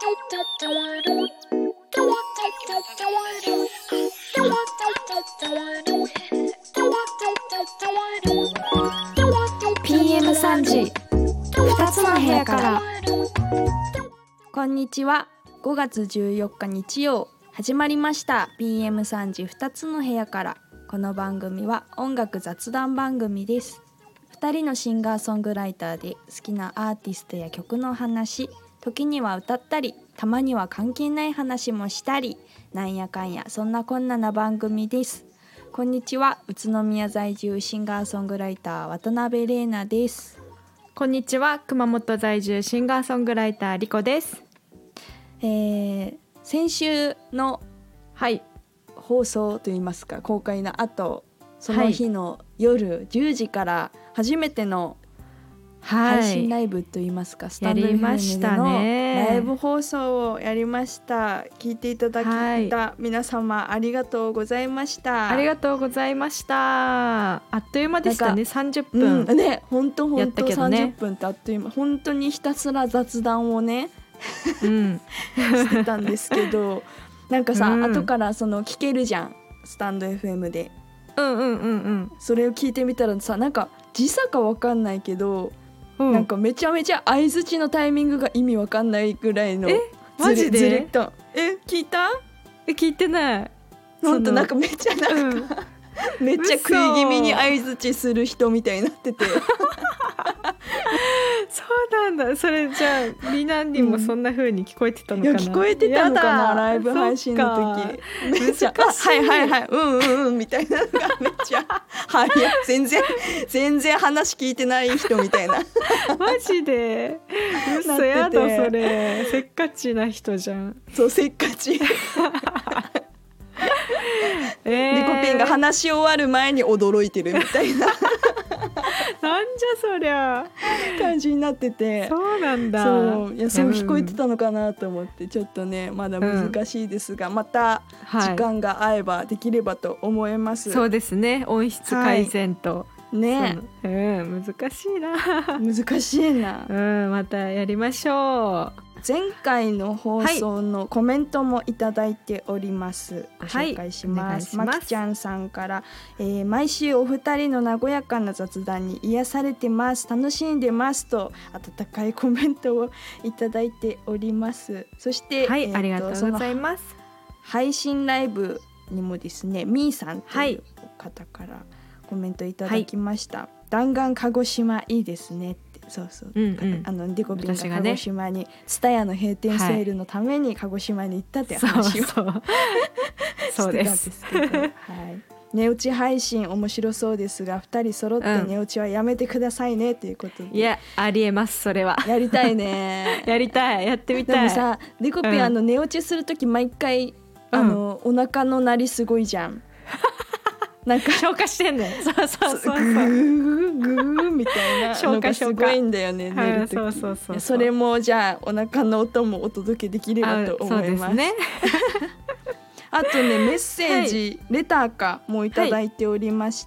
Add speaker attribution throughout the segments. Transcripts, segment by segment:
Speaker 1: PM3 時2つの部屋から。こんにちは。5月14日日曜、始まりました PM3 時2つの部屋から。この番組は音楽雑談番組です。2人のシンガーソングライターで好きなアーティストや曲の話、時には歌ったり、たまには関係ない話もしたり、なんやかんやそんなこんなな番組です。こんにちは。宇都宮在住シンガーソングライター渡辺玲奈です。
Speaker 2: こんにちは。熊本在住シンガーソングライターリコです。
Speaker 1: 先週の放送といいますか、公開の後、その日の夜10時から初めての配信ライブといいますか、スタンド FM でのライブ放送をやりました。聞いていただいた皆様ありがとうございました。
Speaker 2: ありがとうございました。あっという間でしたね。30分、
Speaker 1: ね、本当30分ってあっという間。本当にひたすら雑談をねしてたんですけどなんかさ、後からその聞けるじゃん、スタンド FM で。それを聞いてみたらさ、なんか時差か分かんないけど、なんかめちゃめちゃ相づちのタイミングが意味わかんないぐらいの
Speaker 2: マジで
Speaker 1: ずれた。聞いた？
Speaker 2: 聞いてない。
Speaker 1: ほんとなんかめっちゃめっちゃ食い気味に相づちする人みたいになってて
Speaker 2: そうなんだ。それじゃあみんなにもそんな風に聞こえてたのかな。
Speaker 1: いや聞こえてたのかな、ライブ配信の時。めっちゃはいみたいなのがめっちゃ全然話聞いてない人みたいな
Speaker 2: マジで嘘やだ。それせっかちな人じゃん。
Speaker 1: そうせっかちリコピンが話し終わる前に驚いてるみたいな
Speaker 2: なんじゃそりゃ
Speaker 1: 感じになってて。
Speaker 2: そうなんだ。
Speaker 1: そう聞こえてたのかなと思って、ちょっとねまだ難しいですが、また時間が合えばできればと思います。
Speaker 2: そうですね。音質改善と、
Speaker 1: ね、
Speaker 2: 難しいな
Speaker 1: 難しいな。
Speaker 2: またやりましょう。
Speaker 1: 前回の放送のコメントもいただいております。ご紹介します。まきちゃんさんから、毎週お二人の和やかな雑談に癒されてます、楽しんでますと温かいコメントをいただいております。そして、
Speaker 2: ありがとうございます。
Speaker 1: 配信ライブにもですね、みーさんという方からコメントいただきました。弾丸鹿児島いいですねって。そう、デコピンが鹿児島にツタヤの閉店セールのために鹿児島に行ったって話をしてたんですけど、寝落ち配信面白そうですが、2人揃って寝落ちはやめてくださいねということで。
Speaker 2: いやありえます。それは
Speaker 1: やりたいね
Speaker 2: やりたい、やってみたい。
Speaker 1: でもさ、デコピン寝落ちするとき毎回お腹の鳴りすごいじゃんなんか
Speaker 2: 消化してんねん。そう
Speaker 1: グーグーみたいなのがすごいんだよね、寝るとき。それもじゃあお腹の音もお届けできればと思います。
Speaker 2: そうですね
Speaker 1: あとね、メッセージ、レターかもいただいておりまして、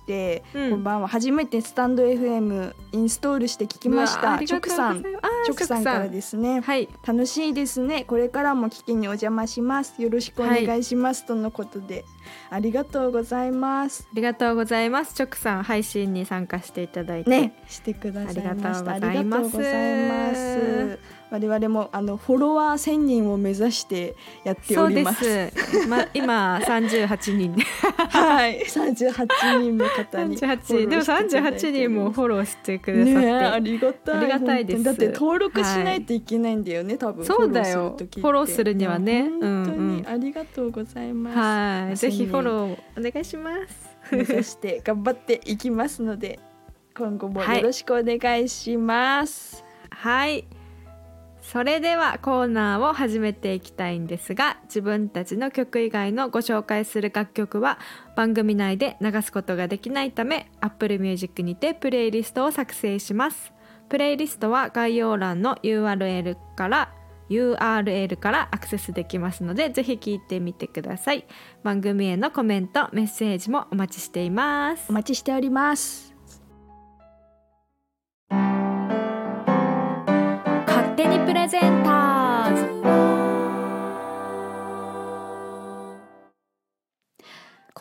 Speaker 1: こんばんは。初めてスタンド FM インストールして聞きました。チョクさんからですね、楽しいですね、これからも聞きにお邪魔します、よろしくお願いします、とのことで、ありがとうございます。
Speaker 2: ありがとうございます。チョクさん配信に参加していただいて、
Speaker 1: ね、してくださいました。ありがとうございます。我々もフォロワー1000人を目指してやっております。
Speaker 2: そうです、今38人
Speaker 1: はい38人の方に
Speaker 2: 38でも38人もフォローしてくださって、ね、
Speaker 1: ありがたいです。だって登録しないといけないんだよね、多分。
Speaker 2: そうだよ、フォローするにはね。
Speaker 1: 本当にありがとうございます。
Speaker 2: ぜひフォローお願いします。
Speaker 1: 目指して頑張っていきますので今後もよろしくお願いします。
Speaker 2: それではコーナーを始めていきたいんですが、自分たちの曲以外のご紹介する楽曲は番組内で流すことができないため Apple Music にてプレイリストを作成します。プレイリストは概要欄の URL からアクセスできますので、ぜひ聞いてみてください。番組へのコメント、メッセージもお待ちしています。
Speaker 1: お待ちしております。
Speaker 2: 勝手にプレゼンターズ。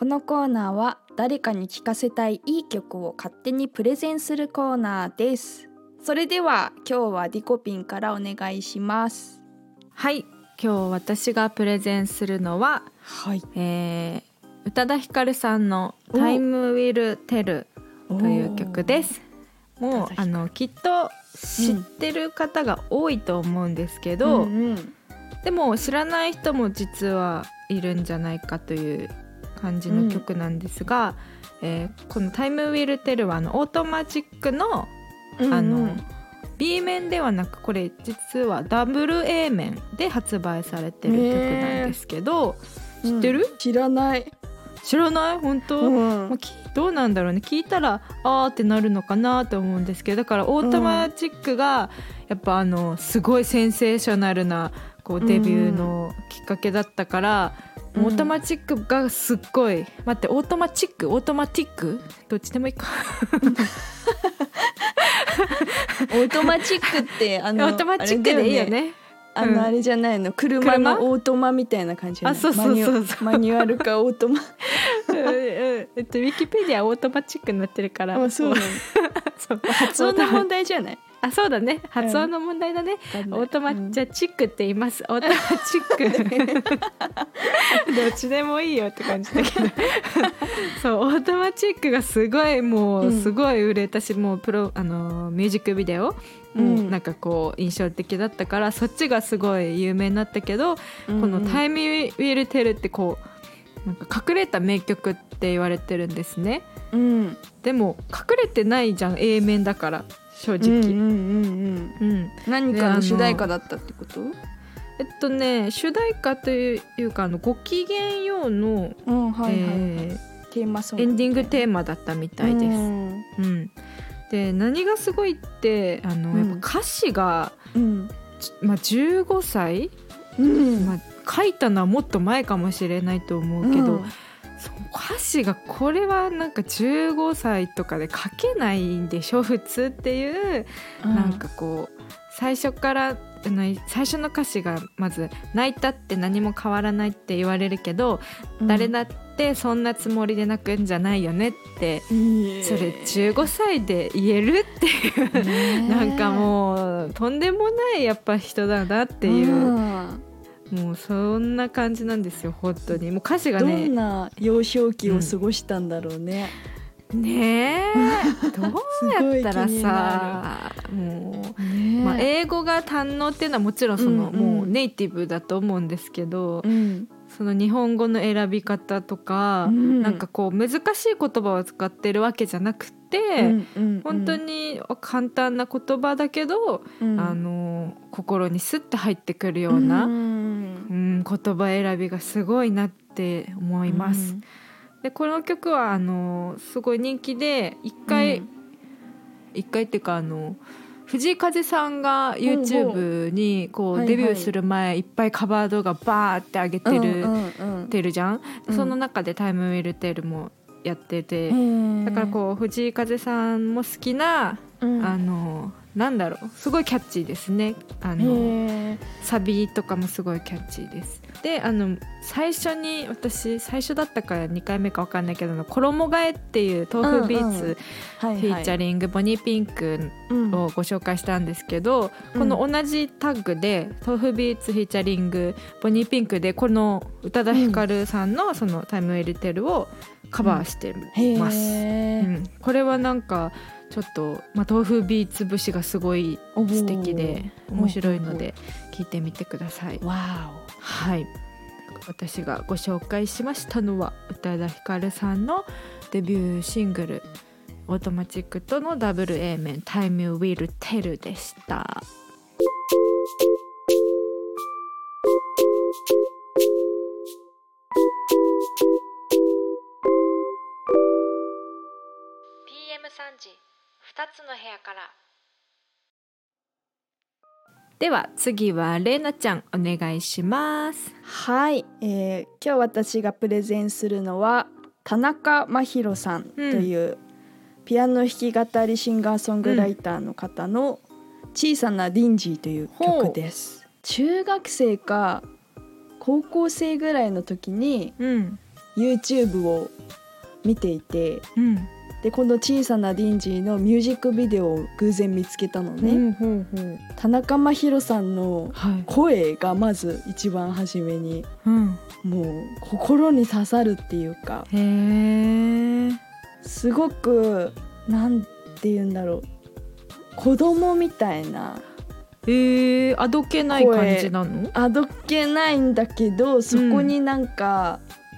Speaker 1: このコーナーは誰かに聴かせたいいい曲を勝手にプレゼンするコーナーです。それでは今日はリコピンからお願いします。
Speaker 2: はい、今日私がプレゼンするのは、
Speaker 1: はい、
Speaker 2: 宇多田ヒカルさんの Time Will Tell という曲です。もうきっと知ってる方が多いと思うんですけど、でも知らない人も実はいるんじゃないかという感じの曲なんですが、この Time Will Tell はオートマチックの、B 面ではなく、これ実はダブル A 面で発売されてる曲なんですけど、知ってる？
Speaker 1: 知らない。
Speaker 2: 知らない？本当？どうなんだろうね。聞いたらあーってなるのかなと思うんですけど、だからオートマチックがやっぱすごいセンセーショナルなこうデビューのきっかけだったから、オートマチックがすっごい、待って、オートマチック、オートマティック、どっちでもいいか
Speaker 1: オートマチックって
Speaker 2: オートマチックでいいよね。
Speaker 1: あれじゃないの、車のオートマみたいな感じじゃない？
Speaker 2: そう
Speaker 1: マニュアルかオートマ
Speaker 2: ウィキペディアオートマチックになってるから。
Speaker 1: そうなのそう発音の問題じゃない？
Speaker 2: そうだね、発音の問題だね、オートマじゃチックって言います。オートマチックどっちでもいいよって感じだけどそう、オートマチックがすごいもうすごい売れたし、もうミュージックビデオもなんかこう印象的だったから、そっちがすごい有名になったけど、このタイムウィルテルってこうなんか隠れた名曲って言われてるんですね。でも隠れてないじゃん、A 面だから正直。
Speaker 1: 何かの主題歌だったってこと？
Speaker 2: 主題歌というかごきげんようの、
Speaker 1: テーマソング、
Speaker 2: エンディングテーマだったみたいです。で何がすごいってやっぱ歌詞が、15歳、書いたのはもっと前かもしれないと思うけど、その歌詞がこれはなんか15歳とかで書けないんでしょ普通っていう、なんかこう最初から最初の歌詞がまず泣いたって何も変わらないって言われるけど、誰だってそんなつもりで泣くんじゃないよねって、それ15歳で言えるっていうなんかもうとんでもないやっぱ人だなっていう、もうそんな感じなんですよ本当に。もう歌詞がね、
Speaker 1: どんな幼少期を過ごしたんだろうね。
Speaker 2: ねえどうやったらさもう、英語が堪能っていうのはもちろんもうネイティブだと思うんですけど、その日本語の選び方とか、なんかこう難しい言葉を使ってるわけじゃなくて、本当に簡単な言葉だけど、心にスッて入ってくるような、言葉選びがすごいなって思います。でこの曲はすごい人気で、一回っていうか藤井風さんが YouTube にこうデビューする前、いっぱいカバー動画バーって上げてるじゃん。その中でタイムウィルテルもやってて、だからこう藤井風さんも好きな、なんだろう、すごいキャッチーですね。サビとかもすごいキャッチーです。で最初だったか2回目か分かんないけど、衣替えっていう豆腐ビーツフィーチャリングボニーピンクをご紹介したんですけど、この同じタッグで豆腐ビーツフィーチャリングボニーピンクでこの宇多田ヒカルさんのそのタイムウィルテルをカバーしてます。これはなんかちょっと、豆腐ビーツ節がすごい素敵で面白いので聞いてみてください。はい、私がご紹介しましたのは宇多田ヒカルさんのデビューシングルオートマチックとのダブル A 面 Time Will Tell でした。PM3 時2つの部屋から。では次はレイナちゃんお願いします。
Speaker 1: はい、今日私がプレゼンするのは田中真宏さんという、ピアノ弾き語りシンガーソングライターの方の小さなディンジーという曲です。中学生か高校生ぐらいの時に、 YouTube を見ていて、でこの小さなディンジーのミュージックビデオを偶然見つけたのね、田中真宙さんの声がまず一番初めに、もう心に刺さるっていうか、すごくなんて言うんだろう、子供みたいな、
Speaker 2: あどけない感じなの？
Speaker 1: あどけないんだけど、そこになんか、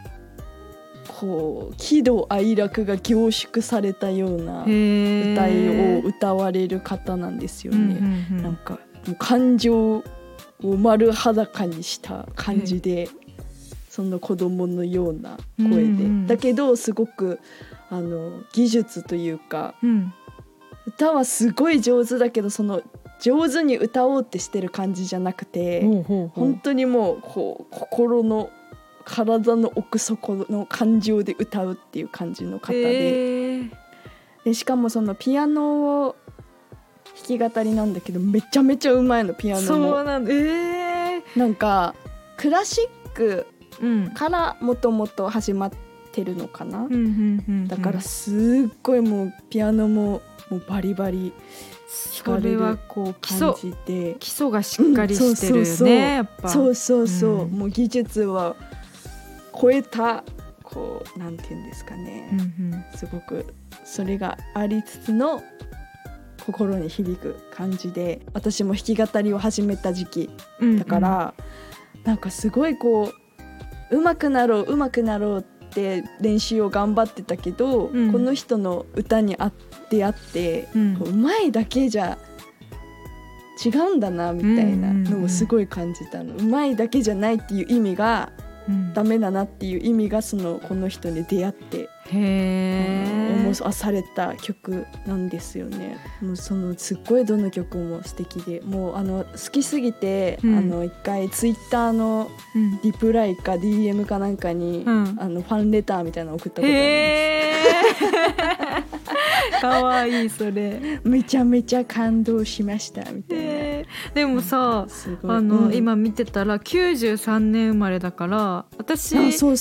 Speaker 1: こう喜怒哀楽が凝縮されたような歌いを歌われる方なんですよね。なんかもう感情を丸裸にした感じで、その子供のような声で、だけどすごく技術というか、歌はすごい上手だけど、その上手に歌おうってしてる感じじゃなくて、本当にもうこう心の体の奥底の感情で歌うっていう感じの方で、しかもそのピアノを弾き語りなんだけど、めちゃめちゃうまいの、ピアノも。
Speaker 2: そうなんだ。
Speaker 1: なんかクラシックからもともと始まってるのかな、だからすっごいもうピアノももうバリバリ弾かれる感じで、
Speaker 2: 基礎がしっかりしてるよね、やっぱ。
Speaker 1: そう、もう技術は超えた、こうなんていうんですかね、すごくそれがありつつの心に響く感じで、私も弾き語りを始めた時期だから、なんかすごいこう上手くなろうって練習を頑張ってたけど、この人の歌に出会って、うまいだけじゃ違うんだなみたいなのをすごい感じたの。うまいだけじゃないっていう意味がダメだなっていう意味が、この人に出会って思わされた曲なんですよね。もうすっごいどの曲も素敵で、もう好きすぎて、一回ツイッターのリプライか DM かなんかに、ファンレターみたいなの送ったことあります。
Speaker 2: かわいい、それ
Speaker 1: めちゃめちゃ感動しましたみたいな。
Speaker 2: でもさ、今見てたら93年生まれだから、私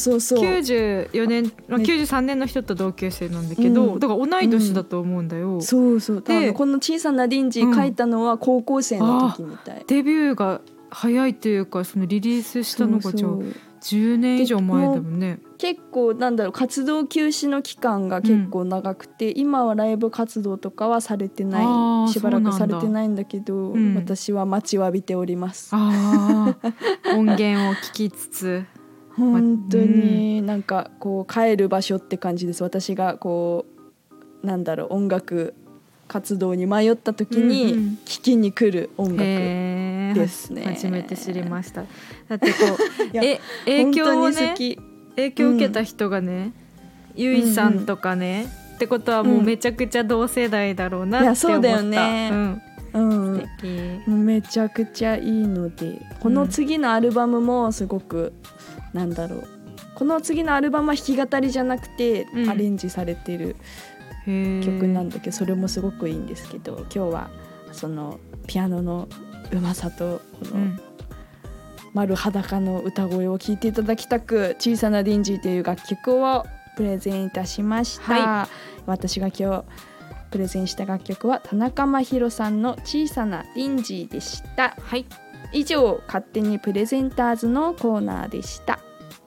Speaker 2: 94年、93年の人と同級生なんだけど、だから同い年だと思うんだよ。
Speaker 1: でこの小さなディンジー書いたのは高校生の時みたい。
Speaker 2: デビューが早いというか、そのリリースしたのがじゃあ10年以上前だもんね。
Speaker 1: 結構活動休止の期間が結構長くて、今はライブ活動とかはされてない、しばらくされてないんだけど、私は待ちわびております。
Speaker 2: 音源を聞きつつ
Speaker 1: 本当になんかこう帰る場所って感じです。私がこう音楽活動に迷った時に聴きに来る音楽ですね。
Speaker 2: 初めて知りました。だってこう影響をね、影響を受けた人がね、ゆいさんとかね、ってことはもうめちゃくちゃ同世代だろうなって思った。
Speaker 1: そうだよね。素敵。めちゃくちゃいいので、この次のアルバムもすごくこの次のアルバムは弾き語りじゃなくてアレンジされてる曲なんだけど、それもすごくいいんですけど、今日はそのピアノのうまさとこの丸裸の歌声を聴いていただきたく、小さなディンジーという楽曲をプレゼンいたしました。私が今日プレゼンした楽曲は田中真宙さんの小さなディンジーでした。以上、勝手にプレゼンターズのコーナーでした。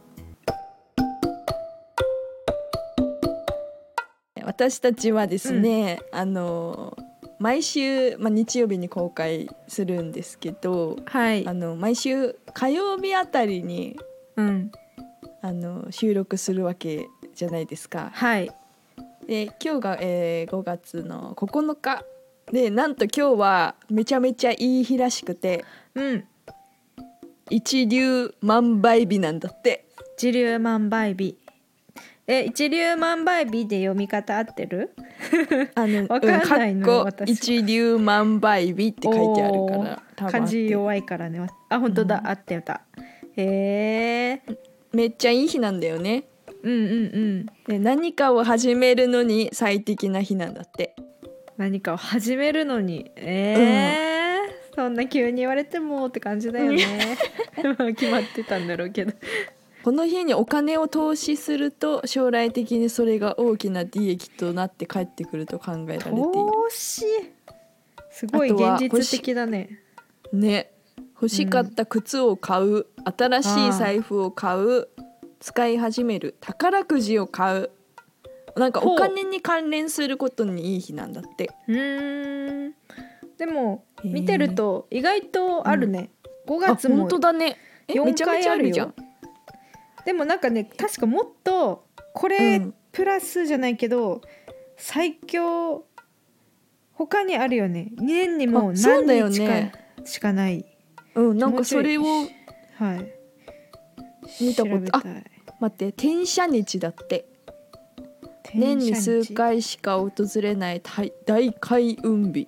Speaker 1: 私たちはですね、毎週、日曜日に公開するんですけど、毎週火曜日あたりに、収録するわけじゃないですか。で今日が、5月の9日で、なんと今日はめちゃめちゃいい日らしくて、一粒万倍日なんだって。
Speaker 2: 一粒万倍日。一粒万倍日で読み方合ってる？わかんないの、私。
Speaker 1: 一粒万倍日って書いてあるから、
Speaker 2: 漢字弱いからね。本当だ、合ってた。
Speaker 1: めっちゃいい日なんだよね。で何かを始めるのに最適な日なんだって。
Speaker 2: 何かを始めるのに、そんな急に言われてもって感じだよね。決まってたんだろうけど。
Speaker 1: この日にお金を投資すると将来的にそれが大きな利益となって返ってくると考えられている。
Speaker 2: 投資すごい現実的だね。
Speaker 1: ね、欲しかった靴を買う、新しい財布を買う、使い始める、宝くじを買う、なんかお金に関連することにいい日なんだって。
Speaker 2: でも見てると意外とあるね、5月も
Speaker 1: 本当だね。めちゃめちゃあるじゃん。
Speaker 2: でもなんかね、確かもっとこれプラスじゃないけど、最強他にあるよね。2年にも何日かしかない。
Speaker 1: なんかそれを見たこと。あ、待って、転写日だって。年に数回しか訪れない大開運日。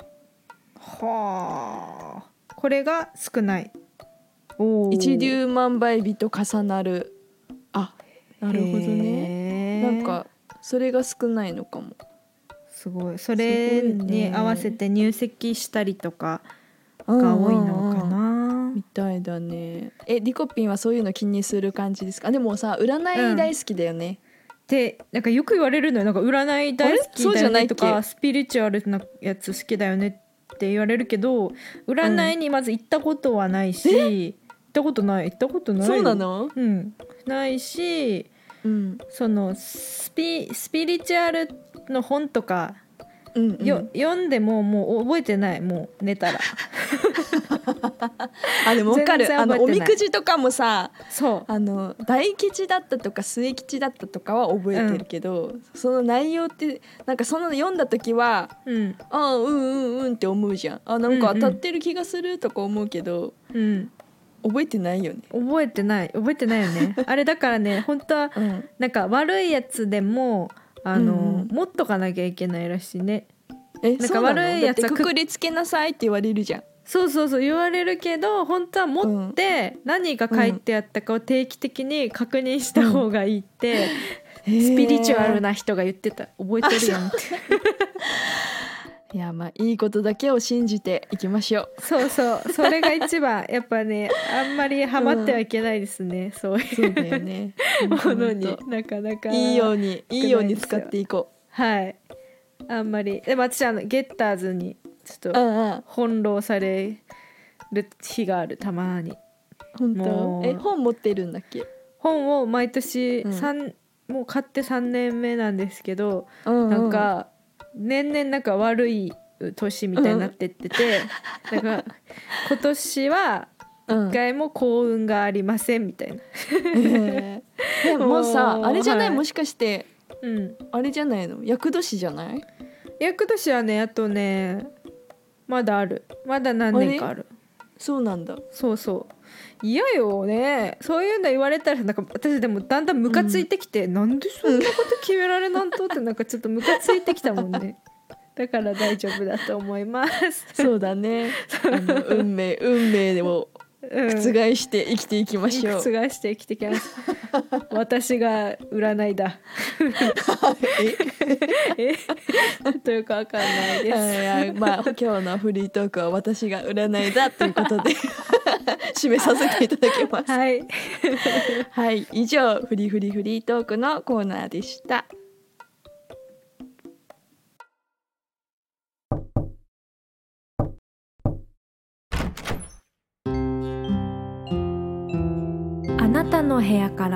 Speaker 2: はあ、これが少ない。
Speaker 1: 一粒万倍日と重なる。あ、なるほどね。なんかそれが少ないのかも。
Speaker 2: すごい。それに合わせて入籍したりとかが多いのかな、
Speaker 1: みたいだね。リコピンはそういうの気にする感じですか？でもさ、占い大好きだよね、
Speaker 2: ってなんかよく言われるのよ。なんか占い大好きだよねとか、スピリチュアルなやつ好きだよねって言われるけど、占いにまず行ったことはないし、行ったことない
Speaker 1: そうなの？
Speaker 2: ないし、そのスピリチュアルの本とか、読んでももう覚えてない。もう寝たらでも分かる。おみくじとかもさ、大吉だったとか末吉だったとかは覚えてるけど、その内容ってなんかその読んだ時はって思うじゃん。なんか当たってる気がするとか思うけど、覚えてないよね。 覚えてないよねあれだからね、本当はなんか悪いやつでも持っとかなきゃいけないらしいね。
Speaker 1: なんか悪いやつはくくりつけなさいって言われるじゃん。
Speaker 2: そう言われるけど、本当は持って何が書いてあったかを定期的に確認した方がいいって、スピリチュアルな人が言ってた。覚えてるやんって
Speaker 1: いや、まあいいことだけを信じていきましょう。
Speaker 2: それが一番やっぱね、あんまりハマってはいけないですね、そう
Speaker 1: だよね
Speaker 2: ものになかなか
Speaker 1: いいように使っていこう。
Speaker 2: はい、あんまり。でも私ゲッターズにちょっと翻弄される日がある、たまに。
Speaker 1: 本当？本持ってるんだっけ？
Speaker 2: 本を毎年もう買って3年目なんですけど、なんか年々なんか悪い年みたいになってってて、なんか今年は一回も幸運がありませんみたいな
Speaker 1: でもさ、あれじゃない、もしかしてあれじゃないの？厄年じゃない？
Speaker 2: 厄年はね、あとねまだある。まだ何年かある。
Speaker 1: そうなんだ。
Speaker 2: そう嫌よね、そういうの言われたら。なんか私でもだんだんムカついてきて、なんでそんなこと決められなんとってなんかちょっとムカついてきたもんねだから大丈夫だと思います
Speaker 1: そうだね運命を覆して生きていきましょう。
Speaker 2: 覆して生きていきます私が占いだちょっとよくわかんないです。
Speaker 1: まあ今日のフリートークは私が占いだということで締めさせていただきます。はい、以上フリートークのコーナーでした。
Speaker 2: あなたの部屋から。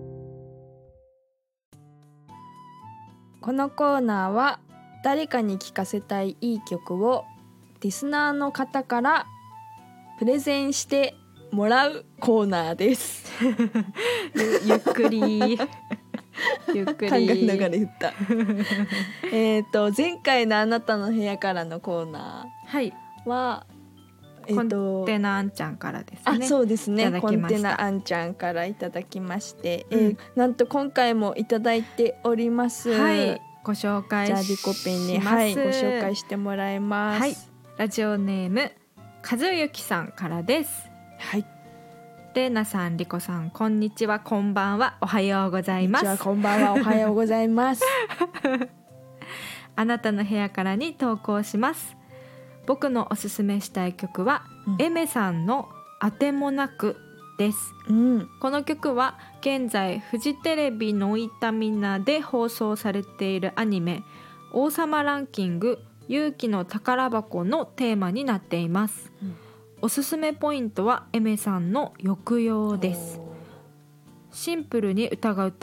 Speaker 1: このコーナーは誰かに聴かせたいいい曲をリスナーの方からプレゼンしてもらうコーナーです
Speaker 2: ゆっくり考
Speaker 1: えながら言った前回のあなたの部屋からのコーナーは、
Speaker 2: コンテナあんちゃんからですね。
Speaker 1: そうですね、コンテナあんちゃんからいただきまして、なんと今回もいただいております。
Speaker 2: ご紹介します。
Speaker 1: じゃあリコピンに、ご紹介してもらいます。
Speaker 2: ラジオネーム和幸さんからです。レナさん、リコさん、こんにちは、こんばんは、おはようございます。
Speaker 1: こんばんは、おはようございます
Speaker 2: あなたの部屋からに投稿します。僕のおすすめしたい曲は、エメさんのあてもなくです。
Speaker 1: うん
Speaker 2: この曲は現在フジテレビのいたみなで放送されているアニメ王様ランキング勇気の宝箱のテーマになっています、おすすめポイントはエメさんの抑揚です。シンプルに歌が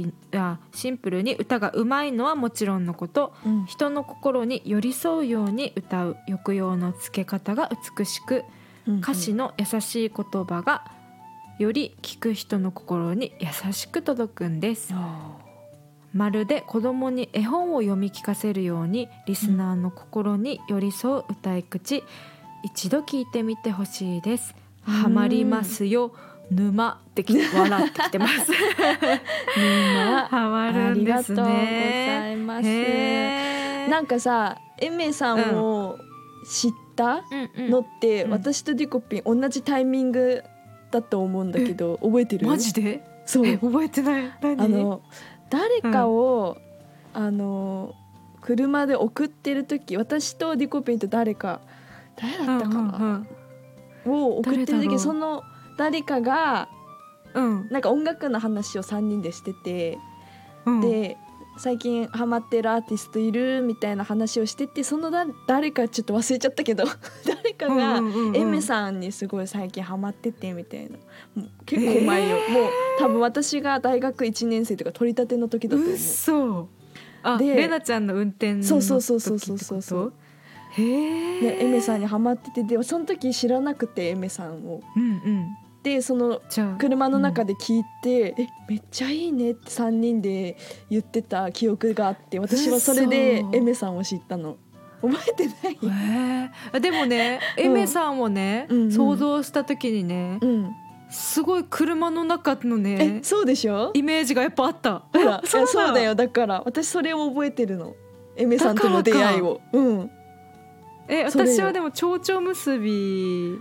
Speaker 2: うまいのはもちろんのこと、人の心に寄り添うように歌う抑揚のつけ方が美しく、歌詞の優しい言葉がより聴く人の心に優しく届くんです。まるで子供に絵本を読み聞かせるようにリスナーの心に寄り添う歌い口、一度聴いてみてほしいです。ハマりますよ沼って笑ってきてます
Speaker 1: 沼
Speaker 2: ハマるんですね。
Speaker 1: ありがとうございます。なんかさエメさんを知ったのって、私とディコピン同じタイミングだと思うんだけど、覚えてる？
Speaker 2: マジで？
Speaker 1: そう
Speaker 2: 覚えてない。何？
Speaker 1: 誰かを、車で送ってる時、私とディコピンと誰だったかな、を送ってる時、その誰かが、なんか音楽の話を3人でしてて、で最近ハマってるアーティストいるみたいな話をしてて、その誰かちょっと忘れちゃったけど誰かがエメさんにすごい最近ハマっててみたいな、もう結構前よ、もう多分私が大学1年生とか取り立ての時だと思う。
Speaker 2: そうでレナちゃんの運転の時ってこと？へ
Speaker 1: でエメさんにハマってて、でその時知らなくてエメさんを、でその車の中で聞いて、めっちゃいいねって3人で言ってた記憶があって、私はそれでエメさんを知ったの。覚えてない？
Speaker 2: でもね、エメさんをね、想像した時にね、すごい車の中のね、
Speaker 1: そうでしょ？
Speaker 2: イメージがやっぱあった。
Speaker 1: ほらそうだよ。だから私それを覚えてるの、エメさんとの出会いを。
Speaker 2: 私はでも蝶々結び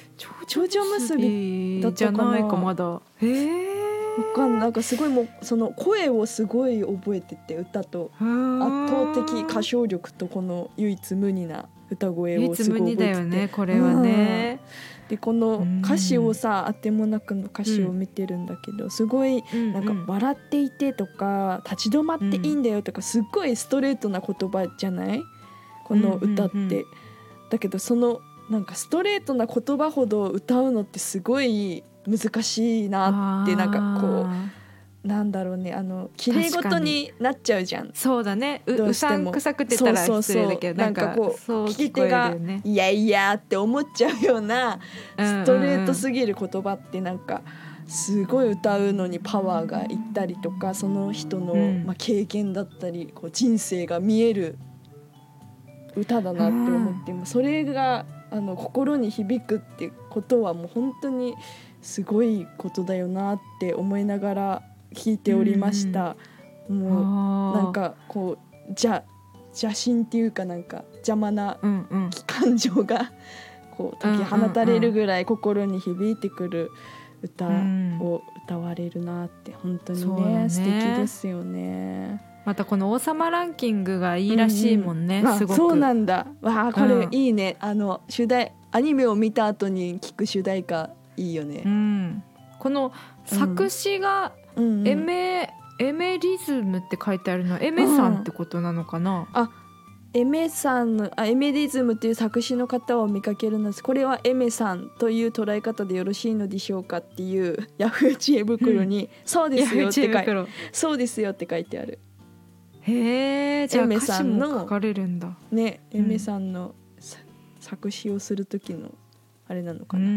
Speaker 2: だったかな、じゃないかまだ。わ
Speaker 1: かんない。なんかすごいもうその声をすごい覚えてて、歌と圧倒的歌唱力とこの唯一無二な歌声をすごい覚えてて、唯一無二だよ
Speaker 2: ねこれはね。
Speaker 1: でこの歌詞をさ、あてもなくの歌詞を見てるんだけど、すごいなんか笑っていてとか立ち止まっていいんだよとか、すっごいストレートな言葉じゃないこの歌って。だけどそのなんかストレートな言葉ほど歌うのってすごい難しいなって、なんかこうなんだろうね、綺麗事になっちゃうじゃん。
Speaker 2: そうだね、うさんくさくてたら失礼だけど、
Speaker 1: なんかこう聞き手がいやいやって思っちゃうようなストレートすぎる言葉ってなんかすごい歌うのにパワーがいったりとか、その人の経験だったりこう人生が見える歌だなって思って、もそれが心に響くってことはもう本当にすごいことだよなって思いながら聴いておりました。もうなんかこう邪心っていうか、なんか邪魔な感情がこう解き放たれるぐらい心に響いてくる歌を歌われるなって、本当にね、素敵ですよね。
Speaker 2: またこの王様ランキングがいいらしいもんね、すごく。
Speaker 1: そうなんだ。わあこれいいね。アニメを見た後に聞く主題歌いいよね。
Speaker 2: この作詞がエメリズムって書いてあるのはエメさんってことなのかな？
Speaker 1: エメさんのエメリズムという作詞の方を見かけるのです。これはエメさんという捉え方でよろしいのでしょうかっていうヤフー知恵袋に、そうですよってそうですよって書いてある。
Speaker 2: へえ、じゃあ歌詞も書かれるんだ
Speaker 1: ね。エメさんの作詞をする時のあれなのかな。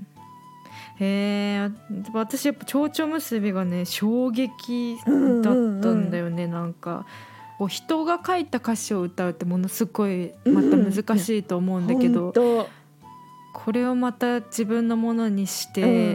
Speaker 2: へえ、私やっぱ蝶々結びがね衝撃だったんだよね。なんかこう人が書いた歌詞を歌うってものすごいまた難しいと思うんだけど、これをまた自分のものにして、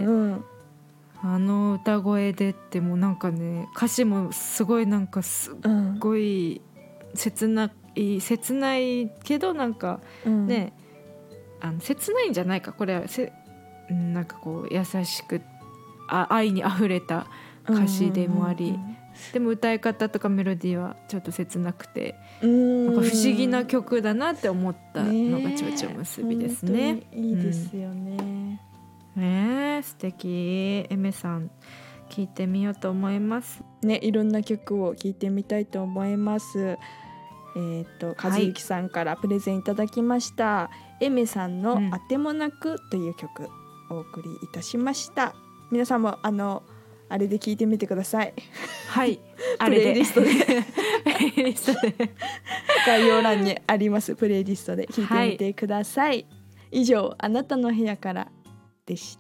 Speaker 2: 歌声でってもうなんかね、歌詞もすごいなんかすごい切ないけどなんかね、切ないんじゃないか、これはなんかこう優しく愛にあふれた歌詞でもあり、でも歌い方とかメロディーはちょっと切なくて、なんか不思議な曲だなって思ったのが蝶々結びですね。
Speaker 1: いいですよね。
Speaker 2: 素敵。エメさん聞いてみようと思います
Speaker 1: ね。いろんな曲を聴いてみたいと思います。和幸さんからプレゼンいただきました、エメさんのあてもなくという曲お送りいたしました、皆さんもあれで聴いてみてください。
Speaker 2: はい
Speaker 1: プレイリストで
Speaker 2: プレイリストで
Speaker 1: 概要欄にありますプレイリストで聴いてみてください、以上あなたの部屋からでした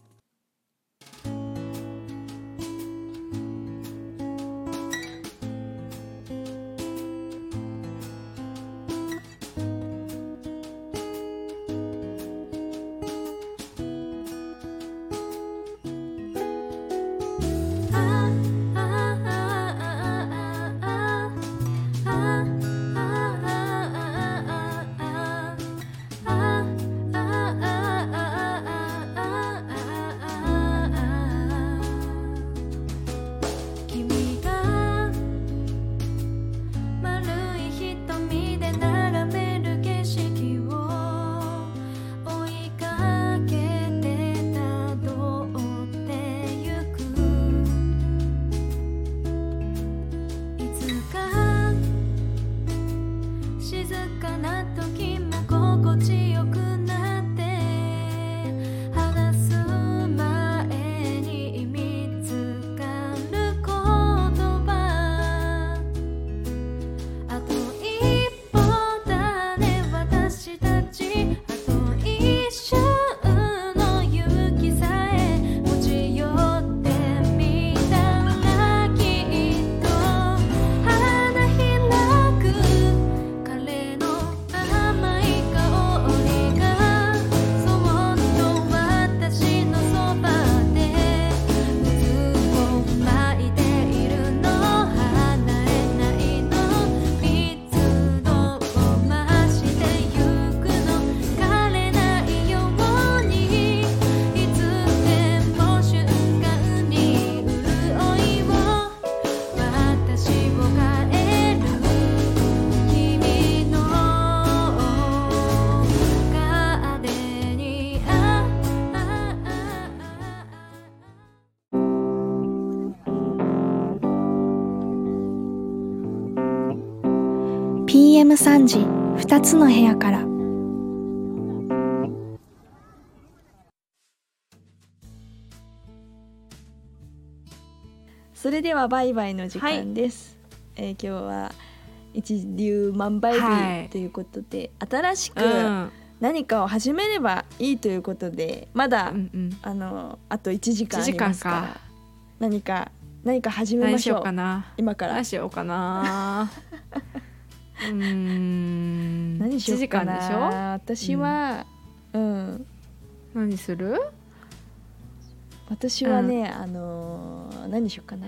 Speaker 1: 。PM3 時2つの部屋から。それではバイバイの時間です、今日は一粒万倍日ということで、新しく何かを始めればいいということで、まだ、あと1時間ありますから何か始めましょう。
Speaker 2: 何しようかな。
Speaker 1: 今から
Speaker 2: 何しようかな
Speaker 1: 何しようかな。
Speaker 2: 1時間でしょ。
Speaker 1: 私は、
Speaker 2: 何する？
Speaker 1: 私はね、何しようかな。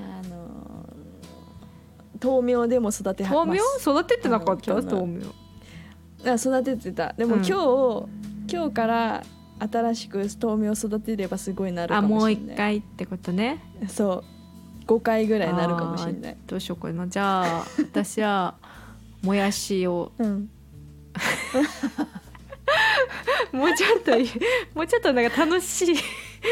Speaker 1: 豆苗でも育てます。
Speaker 2: 豆苗育ててなかった？豆苗
Speaker 1: 育ててた。でも、今日から新しく豆苗育てればすごいなるかもしれない。
Speaker 2: もう一回ってことね。
Speaker 1: そう5回ぐらいなるかもしれない。
Speaker 2: どうしようかな。じゃあ私はもやしを、もうちょっとなんか楽しい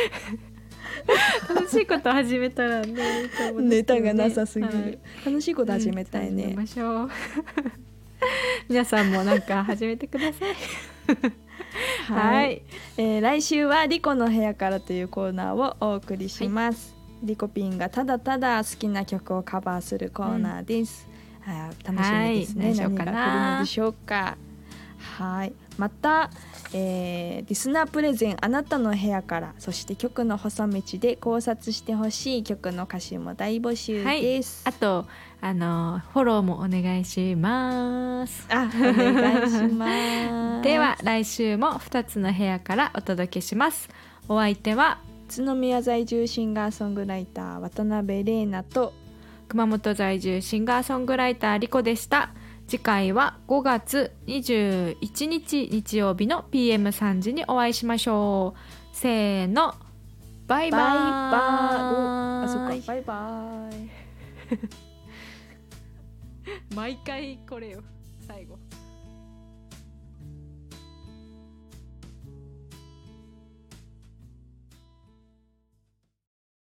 Speaker 2: こと始めたらね、
Speaker 1: ネタがなさすぎる、楽しいこと始めたいね、
Speaker 2: 始めましょう皆さんもなんか始めてくださいはい、
Speaker 1: 来週はリコの部屋からというコーナーをお送りします、リコピンがただただ好きな曲をカバーするコーナーです、楽しみですね、何が来るのでしょうか。はい、また、リスナープレゼンあなたの部屋から、そして曲の細道で考察してほしい曲の歌詞も大募集です、
Speaker 2: あとフォローもお願いします。
Speaker 1: お願いします
Speaker 2: では来週も2つの部屋からお届けします。お相手は
Speaker 1: 宇都宮在住シンガーソングライター渡辺玲奈と
Speaker 2: 熊本在住シンガーソングライターリコでした。次回は5月21日日曜日の PM3 時にお会いしましょう。せーの、バイバイ。
Speaker 1: バイバイ
Speaker 2: 毎回これよ最後。